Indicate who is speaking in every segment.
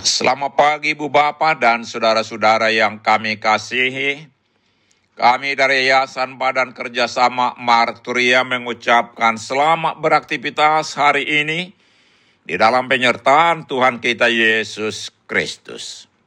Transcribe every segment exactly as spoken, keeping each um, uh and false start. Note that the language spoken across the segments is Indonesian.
Speaker 1: Selamat pagi Ibu Bapak dan saudara-saudara yang kami kasihi. Kami dari Yayasan Badan Kerjasama Marturia mengucapkan selamat beraktivitas hari ini di dalam penyertaan Tuhan kita Yesus Kristus.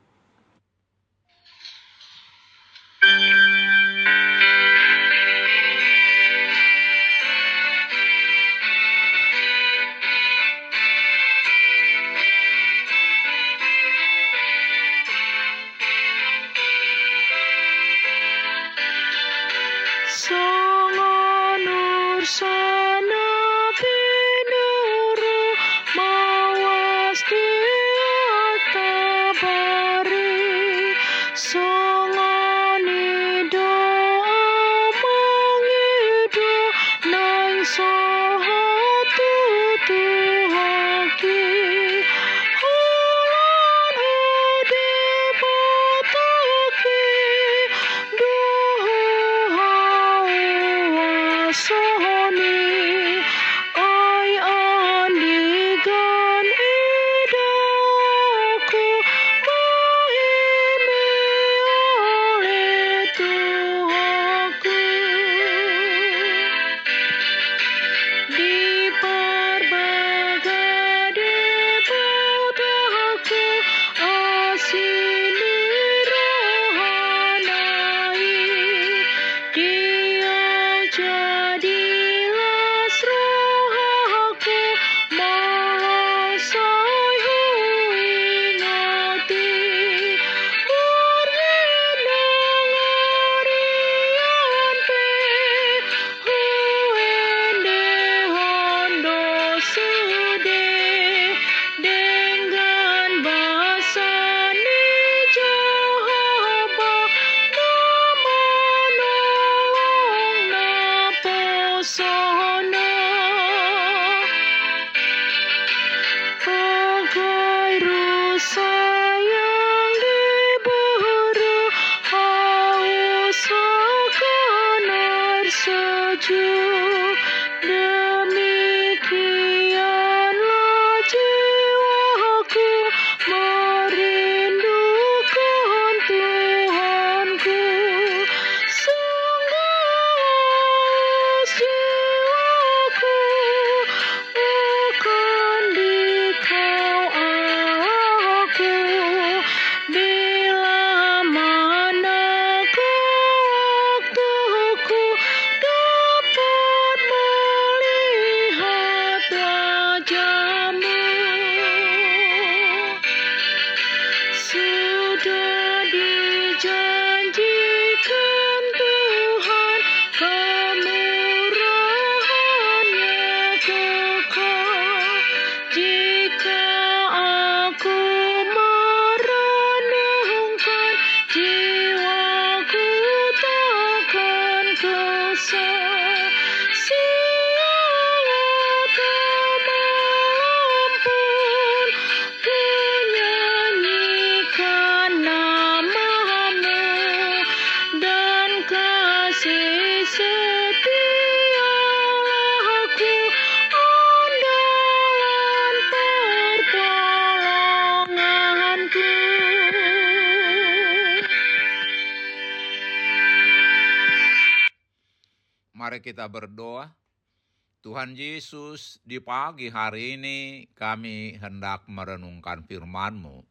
Speaker 1: Mari kita berdoa. Tuhan Yesus, di pagi hari ini kami hendak merenungkan firman-Mu.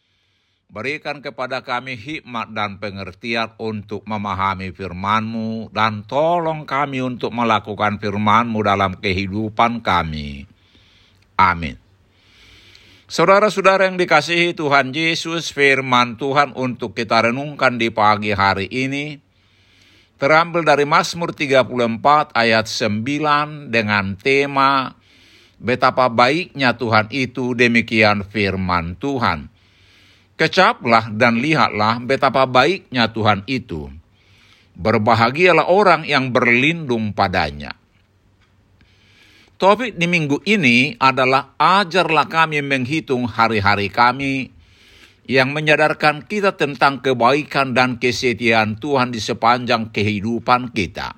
Speaker 1: Berikan kepada kami hikmat dan pengertian untuk memahami firman-Mu, dan tolong kami untuk melakukan firman-Mu dalam kehidupan kami. Amin. Saudara-saudara yang dikasihi Tuhan Yesus, firman Tuhan untuk kita renungkan di pagi hari ini terambil dari Mazmur tiga puluh empat ayat sembilan dengan tema betapa baiknya Tuhan itu, demikian firman Tuhan. Kecaplah dan lihatlah betapa baiknya Tuhan itu. Berbahagialah orang yang berlindung padanya. Topik di minggu ini adalah ajarlah kami menghitung hari-hari kami, yang menyadarkan kita tentang kebaikan dan kesetiaan Tuhan di sepanjang kehidupan kita.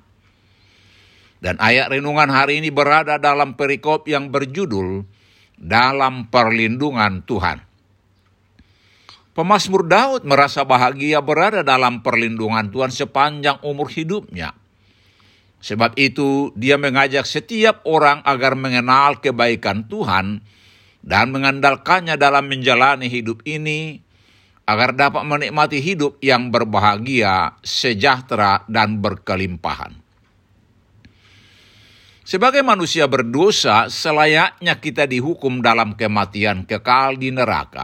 Speaker 1: Dan ayat renungan hari ini berada dalam perikop yang berjudul Dalam Perlindungan Tuhan. Pemazmur Daud merasa bahagia berada dalam perlindungan Tuhan sepanjang umur hidupnya. Sebab itu dia mengajak setiap orang agar mengenal kebaikan Tuhan dan mengandalkannya dalam menjalani hidup ini, agar dapat menikmati hidup yang berbahagia, sejahtera, dan berkelimpahan. Sebagai manusia berdosa, selayaknya kita dihukum dalam kematian kekal di neraka.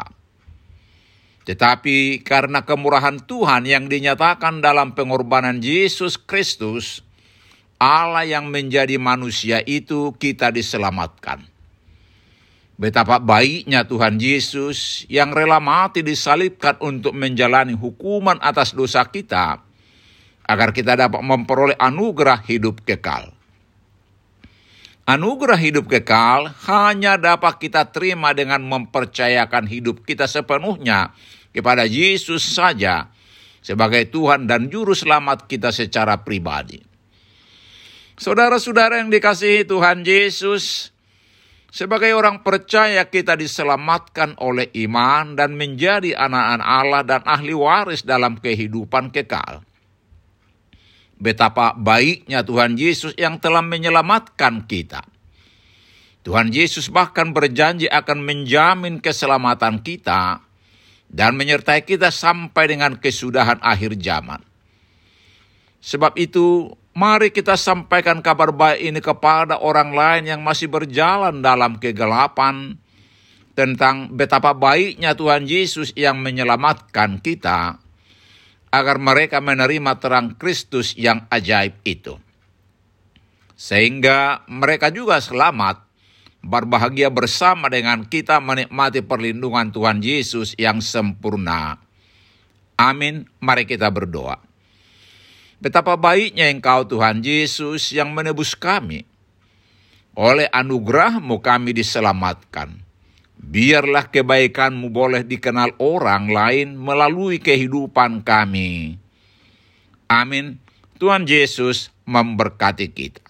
Speaker 1: Tetapi karena kemurahan Tuhan yang dinyatakan dalam pengorbanan Yesus Kristus, Allah yang menjadi manusia itu, kita diselamatkan. Betapa baiknya Tuhan Yesus yang rela mati disalibkan untuk menjalani hukuman atas dosa kita, agar kita dapat memperoleh anugerah hidup kekal. Anugerah hidup kekal hanya dapat kita terima dengan mempercayakan hidup kita sepenuhnya kepada Yesus saja sebagai Tuhan dan Juru Selamat kita secara pribadi. Saudara-saudara yang dikasihi Tuhan Yesus, sebagai orang percaya kita diselamatkan oleh iman dan menjadi anak-anak Allah dan ahli waris dalam kehidupan kekal. Betapa baiknya Tuhan Yesus yang telah menyelamatkan kita. Tuhan Yesus bahkan berjanji akan menjamin keselamatan kita dan menyertai kita sampai dengan kesudahan akhir zaman. Sebab itu, mari kita sampaikan kabar baik ini kepada orang lain yang masih berjalan dalam kegelapan tentang betapa baiknya Tuhan Yesus yang menyelamatkan kita, agar mereka menerima terang Kristus yang ajaib itu. Sehingga mereka juga selamat, berbahagia bersama dengan kita menikmati perlindungan Tuhan Yesus yang sempurna. Amin, mari kita berdoa. Betapa baiknya Engkau Tuhan Yesus yang menebus kami. Oleh anugerah-Mu kami diselamatkan. Biarlah kebaikan-Mu boleh dikenal orang lain melalui kehidupan kami. Amin. Tuhan Yesus memberkati kita.